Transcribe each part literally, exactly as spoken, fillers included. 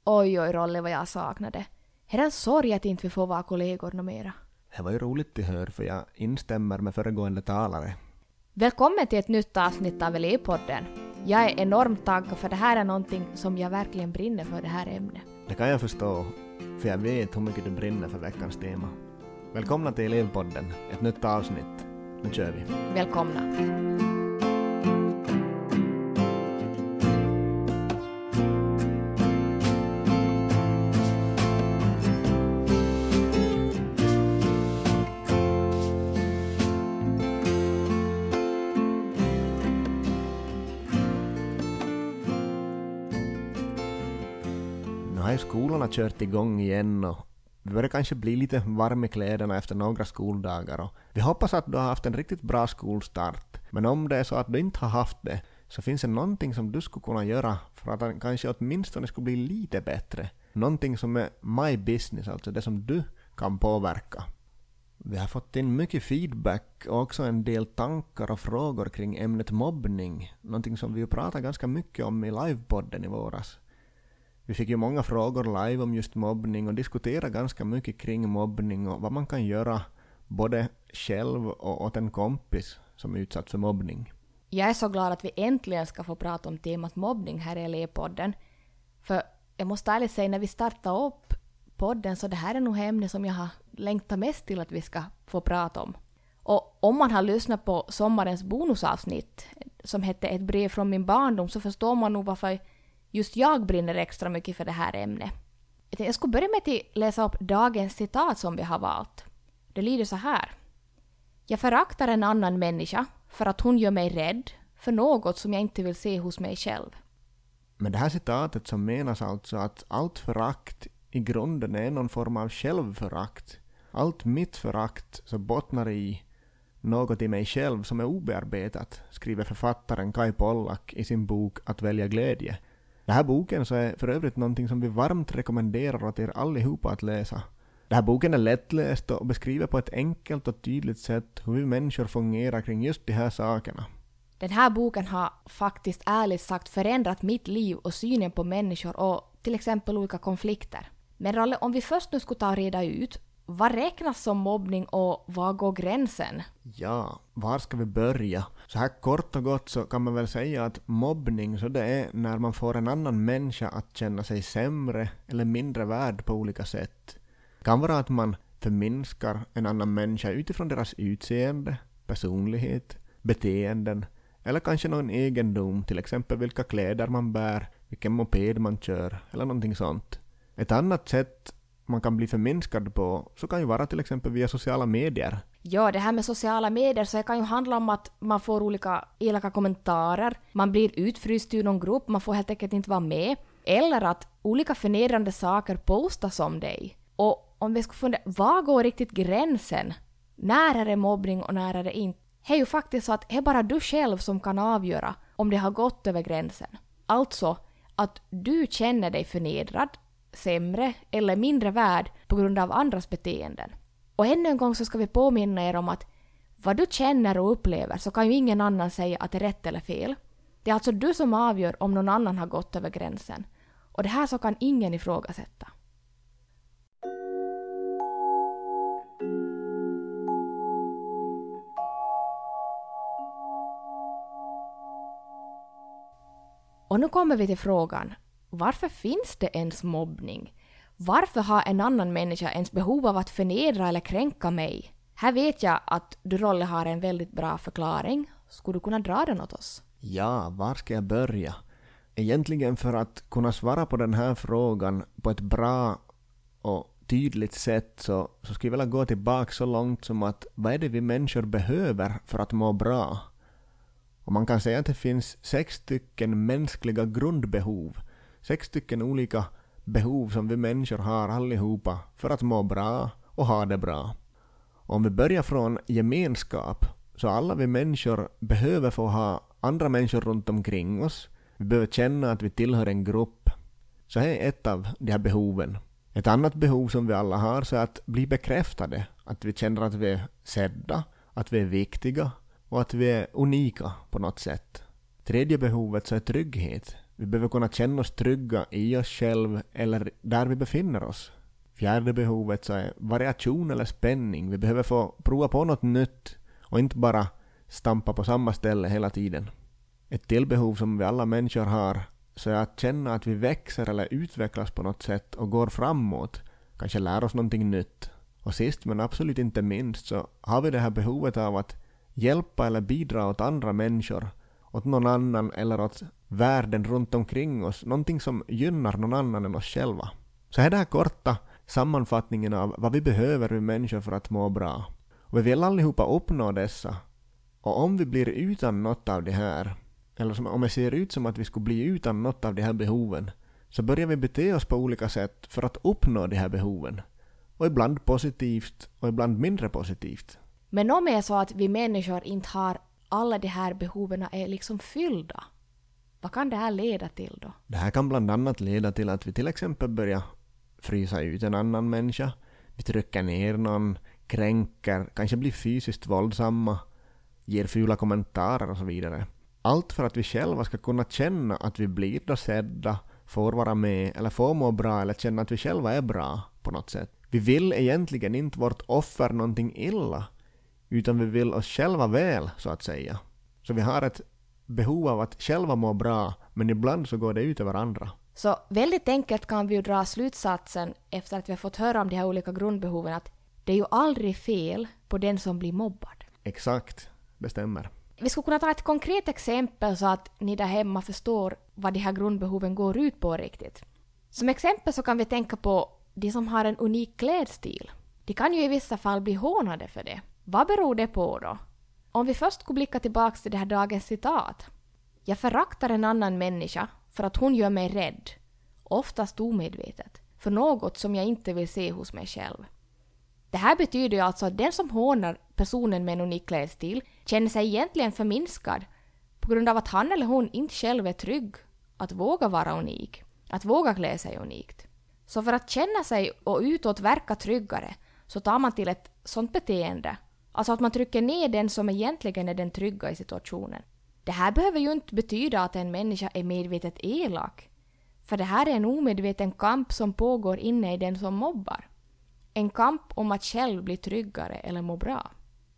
Oj, oj, Rolle, vad jag saknade. Det är en sorg att inte vi får vara kollegor nå mera. Det var ju roligt att höra, för jag instämmer med föregående talare. Välkommen till ett nytt avsnitt av Elevpodden. Jag är enormt taggad, för det här är någonting som jag verkligen brinner för, det här ämnet. Det kan jag förstå, för jag vet hur mycket du brinner för veckans tema. Välkomna till Elevpodden, ett nytt avsnitt. Nu kör vi. Välkomna. Nu har ju skolorna kört igång igen och vi börjar kanske bli lite varm i kläderna efter några skoldagar. Och vi hoppas att du har haft en riktigt bra skolstart. Men om det är så att du inte har haft det, så finns det någonting som du skulle kunna göra för att den kanske åtminstone skulle bli lite bättre. Någonting som är my business, alltså det som du kan påverka. Vi har fått in mycket feedback och också en del tankar och frågor kring ämnet mobbning. Någonting som vi pratar ganska mycket om i livepodden i våras. Vi fick ju många frågor live om just mobbning och diskuterade ganska mycket kring mobbning och vad man kan göra både själv och åt en kompis som är utsatt för mobbning. Jag är så glad att vi äntligen ska få prata om temat mobbning här i Elevpodden. För jag måste ärligt säga, när vi startade upp podden, så det här är nog ämne som jag har längtat mest till att vi ska få prata om. Och om man har lyssnat på sommarens bonusavsnitt som hette Ett brev från min barndom, så förstår man nog varför just jag brinner extra mycket för det här ämnet. Jag ska börja med att läsa upp dagens citat som vi har valt. Det lyder så här. Jag föraktar en annan människa för att hon gör mig rädd för något som jag inte vill se hos mig själv. Men det här citatet som menas alltså att allt förakt i grunden är någon form av självförakt. Allt mitt förakt så bottnar i något i mig själv som är obearbetat, skriver författaren Kai Pollak i sin bok Att välja glädje. Den här boken så är för övrigt någonting som vi varmt rekommenderar åt er allihopa att läsa. Den här boken är lättläst och beskriver på ett enkelt och tydligt sätt hur vi människor fungerar kring just de här sakerna. Den här boken har faktiskt ärligt sagt förändrat mitt liv och synen på människor och till exempel olika konflikter. Men Ralle, om vi först nu skulle ta reda ut, vad räknas som mobbning och var går gränsen? Ja, var ska vi börja? Så här kort och gott så kan man väl säga att mobbning så det är när man får en annan människa att känna sig sämre eller mindre värd på olika sätt. Det kan vara att man förminskar en annan människa utifrån deras utseende, personlighet, beteenden eller kanske någon egendom, till exempel vilka kläder man bär, vilken moped man kör eller någonting sånt. Ett annat sätt man kan bli förminskad på så kan ju vara till exempel via sociala medier. Ja, det här med sociala medier så kan ju handla om att man får olika elaka kommentarer, man blir utfryst ur någon grupp, man får helt enkelt inte vara med, eller att olika förnedrande saker postas om dig. Och om vi ska fundera, vad går riktigt gränsen? När är det mobbning och när är det inte? Det är ju faktiskt så att det är bara du själv som kan avgöra om det har gått över gränsen. Alltså att du känner dig förnedrad, sämre eller mindre värd på grund av andras beteenden. Och ännu en gång så ska vi påminna er om att vad du känner och upplever så kan ju ingen annan säga att det är rätt eller fel. Det är alltså du som avgör om någon annan har gått över gränsen. Och det här så kan ingen ifrågasätta. Och nu kommer vi till frågan, varför finns det ens mobbning? Varför har en annan människa ens behov av att förnedra eller kränka mig? Här vet jag att du, Rolle, har en väldigt bra förklaring. Skulle du kunna dra den åt oss? Ja, var ska jag börja? Egentligen för att kunna svara på den här frågan på ett bra och tydligt sätt så, så skulle jag vilja gå tillbaka så långt som att vad är det vi människor behöver för att må bra? Och man kan säga att det finns sex stycken mänskliga grundbehov. Sex stycken olika behov som vi människor har allihopa för att må bra och ha det bra. Och om vi börjar från gemenskap så alla vi människor behöver få ha andra människor runt omkring oss. Vi behöver känna att vi tillhör en grupp. Så här är ett av de här behoven. Ett annat behov som vi alla har så är att bli bekräftade. Att vi känner att vi är sedda, att vi är viktiga och att vi är unika på något sätt. Tredje behovet så är trygghet. Vi behöver kunna känna oss trygga i oss själv eller där vi befinner oss. Fjärde behovet så är variation eller spänning. Vi behöver få prova på något nytt och inte bara stampa på samma ställe hela tiden. Ett till behov som vi alla människor har så är att känna att vi växer eller utvecklas på något sätt och går framåt. Kanske lär oss någonting nytt. Och sist men absolut inte minst så har vi det här behovet av att hjälpa eller bidra åt andra människor, åt någon annan eller åt världen runt omkring oss. Någonting som gynnar någon annan än oss själva. Så här är det här korta sammanfattningen av vad vi behöver vi människor för att må bra. Och vi vill allihopa uppnå dessa. Och om vi blir utan något av det här, eller som, om det ser ut som att vi skulle bli utan något av de här behoven, så börjar vi bete oss på olika sätt för att uppnå de här behoven. Och ibland positivt och ibland mindre positivt. Men om det är så att vi människor inte har alla de här behoven är liksom fyllda, vad kan det här leda till då? Det här kan bland annat leda till att vi till exempel börjar frysa ut en annan människa. Vi trycker ner någon, kränker, kanske blir fysiskt våldsamma, ger fula kommentarer och så vidare. Allt för att vi själva ska kunna känna att vi blir då sedda, får vara med eller får må bra eller känna att vi själva är bra på något sätt. Vi vill egentligen inte vårt offer någonting illa, utan vi vill oss själva väl så att säga. Så vi har ett behov av att själva må bra, men ibland så går det ut över andra. Så väldigt enkelt kan vi ju dra slutsatsen efter att vi har fått höra om de här olika grundbehoven att det är ju aldrig fel på den som blir mobbad. Exakt, det stämmer. Vi skulle kunna ta ett konkret exempel så att ni där hemma förstår vad de här grundbehoven går ut på riktigt. Som exempel så kan vi tänka på de som har en unik klädstil. De kan ju i vissa fall bli hånade för det. Vad beror det på då? Om vi först går blicka tillbaka till det här dagens citat. Jag föraktar en annan människa för att hon gör mig rädd, oftast omedvetet, för något som jag inte vill se hos mig själv. Det här betyder ju alltså att den som hånar personen med en unik klädstil känner sig egentligen förminskad på grund av att han eller hon inte själv är trygg att våga vara unik, att våga klä sig unikt. Så för att känna sig och utåt verka tryggare så tar man till ett sånt beteende, alltså att man trycker ner den som egentligen är den trygga i situationen. Det här behöver ju inte betyda att en människa är medvetet elak, för det här är en omedveten kamp som pågår inne i den som mobbar. En kamp om att själv bli tryggare eller må bra.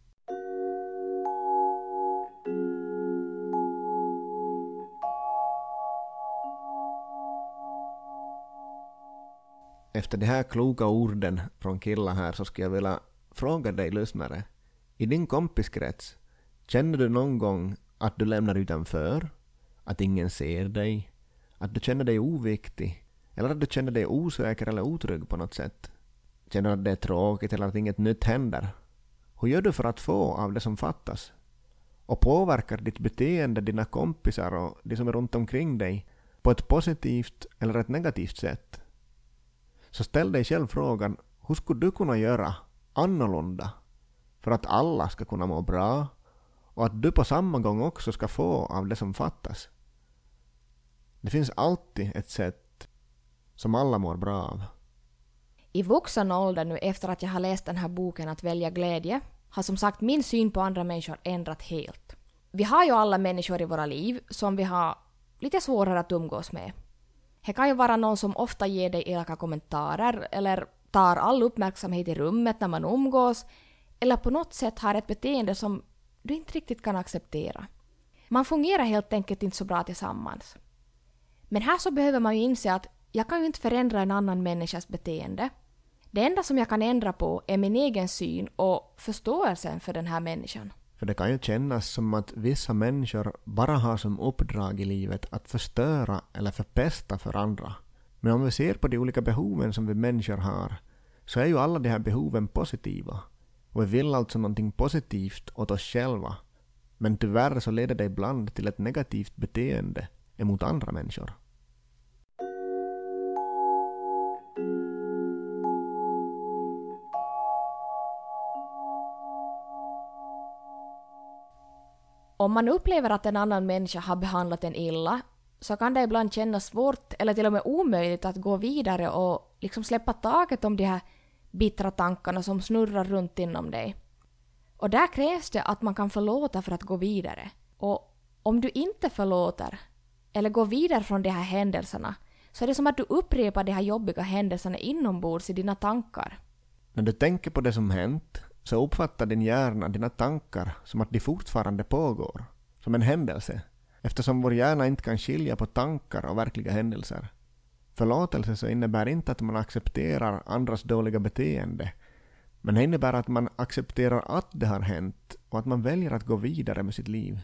Efter de här kloka orden från Killa här så ska jag vilja fråga dig lyssnare. I din kompiskrets, känner du någon gång att du lämnar utanför? Att ingen ser dig? Att du känner dig oviktig? Eller att du känner dig osäker eller otrygg på något sätt? Känner att det är tråkigt eller att inget nytt händer? Hur gör du för att få av det som fattas? Och påverkar ditt beteende dina kompisar och de som är runt omkring dig på ett positivt eller ett negativt sätt? Så ställ dig själv frågan, hur skulle du kunna göra annorlunda för att alla ska kunna må bra och att du på samma gång också ska få av det som fattas? Det finns alltid ett sätt som alla mår bra av. I vuxen ålder nu efter att jag har läst den här boken Att välja glädje har som sagt min syn på andra människor ändrat helt. Vi har ju alla människor i våra liv som vi har lite svårare att umgås med. Det kan ju vara någon som ofta ger dig elaka kommentarer eller tar all uppmärksamhet i rummet när man umgås eller på något sätt har ett beteende som du inte riktigt kan acceptera. Man fungerar helt enkelt inte så bra tillsammans. Men här så behöver man ju inse att jag kan ju inte förändra en annan människas beteende. Det enda som jag kan ändra på är min egen syn och förståelsen för den här människan. För det kan ju kännas som att vissa människor bara har som uppdrag i livet att förstöra eller förpesta för andra. Men om vi ser på de olika behoven som vi människor har så är ju alla de här behoven positiva. Och vi vill alltså någonting positivt åt oss själva. Men tyvärr så leder det ibland till ett negativt beteende emot andra människor. Om man upplever att en annan människa har behandlat en illa så kan det ibland kännas svårt eller till och med omöjligt att gå vidare och liksom släppa taget om de här bittra tankarna som snurrar runt inom dig. Och där krävs det att man kan förlåta för att gå vidare. Och om du inte förlåter eller gå vidare från de här händelserna så är det som att du upprepar de här jobbiga händelserna inombords i dina tankar. När du tänker på det som hänt så uppfattar din hjärna dina tankar som att de fortfarande pågår, som en händelse, eftersom vår hjärna inte kan skilja på tankar och verkliga händelser. Förlåtelse så innebär inte att man accepterar andras dåliga beteende, men det innebär att man accepterar att det har hänt och att man väljer att gå vidare med sitt liv.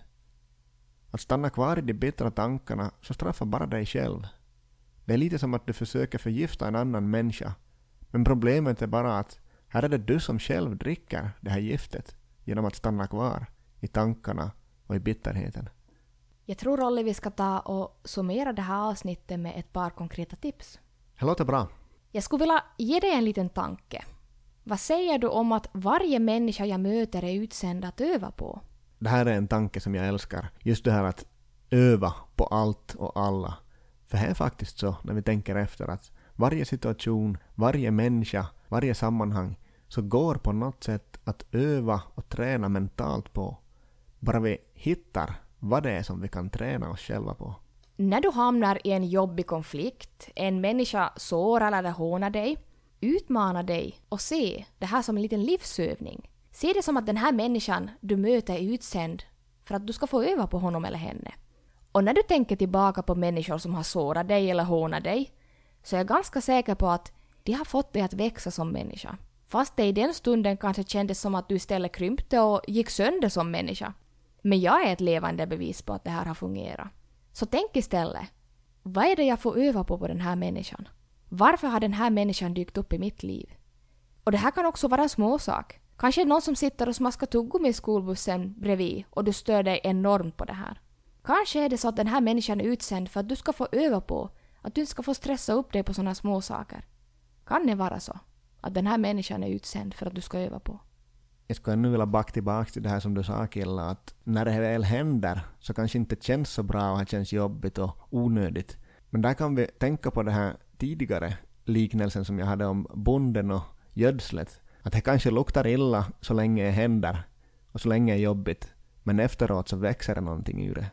Att stanna kvar i de bittra tankarna så straffar bara dig själv. Det är lite som att du försöker förgifta en annan människa, men problemet är bara att här är det du som själv dricker det här giftet genom att stanna kvar i tankarna och i bitterheten. Jag tror, Rolly, vi ska ta och summera det här avsnittet med ett par konkreta tips. Det låter bra. Jag skulle vilja ge dig en liten tanke. Vad säger du om att varje människa jag möter är utsänd att öva på? Det här är en tanke som jag älskar. Just det här att öva på allt och alla. För det är faktiskt så när vi tänker efter att varje situation, varje människa, varje sammanhang så går på något sätt att öva och träna mentalt på. Bara vi hittar vad det är som vi kan träna oss själva på. När du hamnar i en jobbig konflikt, en människa sårar eller hånar dig, utmana dig och se det här som en liten livsövning. Se det som att den här människan du möter är utsänd för att du ska få öva på honom eller henne. Och när du tänker tillbaka på människor som har sårat dig eller hånat dig, så är jag ganska säker på att de har fått dig att växa som människa. Fast det i den stunden kanske kändes som att du istället krympte och gick sönder som människa. Men jag är ett levande bevis på att det här har fungerat. Så tänk istället, vad är det jag får öva på på den här människan? Varför har den här människan dykt upp i mitt liv? Och det här kan också vara en småsak. Kanske någon som sitter och smaskar tuggummi i skolbussen bredvid och du stör dig enormt på det här. Kanske är det så att den här människan är utsänd för att du ska få öva på, att du inte ska få stressa upp dig på sådana små saker. Kan det vara så att den här människan är utsänd för att du ska öva på? Jag skulle ännu vilja backa tillbaka till det här som du sa, Killa, att när det väl händer så kanske inte känns så bra och det känns jobbigt och onödigt. Men där kan vi tänka på det här tidigare liknelsen som jag hade om bonden och gödslet. Att det kanske luktar illa så länge det händer och så länge det är jobbigt, men efteråt så växer det någonting ur det.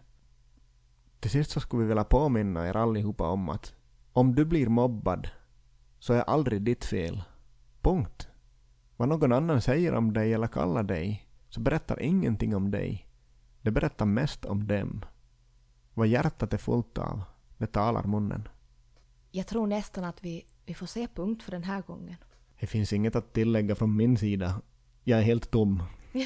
Till sist så skulle vi vilja påminna er allihopa om att om du blir mobbad så är aldrig ditt fel. Punkt. Vad någon annan säger om dig eller kallar dig så berättar ingenting om dig. Det berättar mest om dem. Vad hjärtat är fullt av, det talar munnen. Jag tror nästan att vi, vi får se punkt för den här gången. Det finns inget att tillägga från min sida. Jag är helt tom.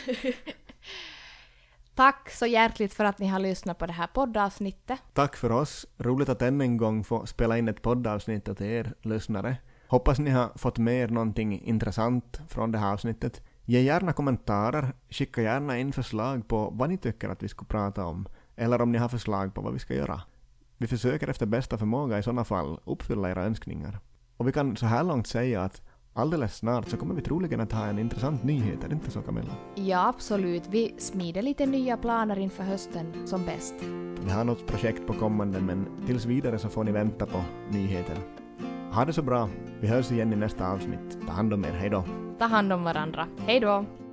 Tack så hjärtligt för att ni har lyssnat på det här poddavsnittet. Tack för oss. Roligt att än en gång få spela in ett poddavsnitt åt er lyssnare. Hoppas ni har fått med er någonting intressant från det här avsnittet. Ge gärna kommentarer. Skicka gärna in förslag på vad ni tycker att vi ska prata om. Eller om ni har förslag på vad vi ska göra. Vi försöker efter bästa förmåga i sådana fall uppfylla era önskningar. Och vi kan så här långt säga att alldeles snart så kommer vi troligen att ha en intressant nyhet. Är det inte så, Camilla? Ja, absolut. Vi smider lite nya planer inför hösten som bäst. Vi har något projekt på kommande, men tills vidare så får ni vänta på nyheter. Ha det så bra. Vi hörs igen i nästa avsnitt. Ta hand om er. Hej då. Ta hand om varandra. Hej då.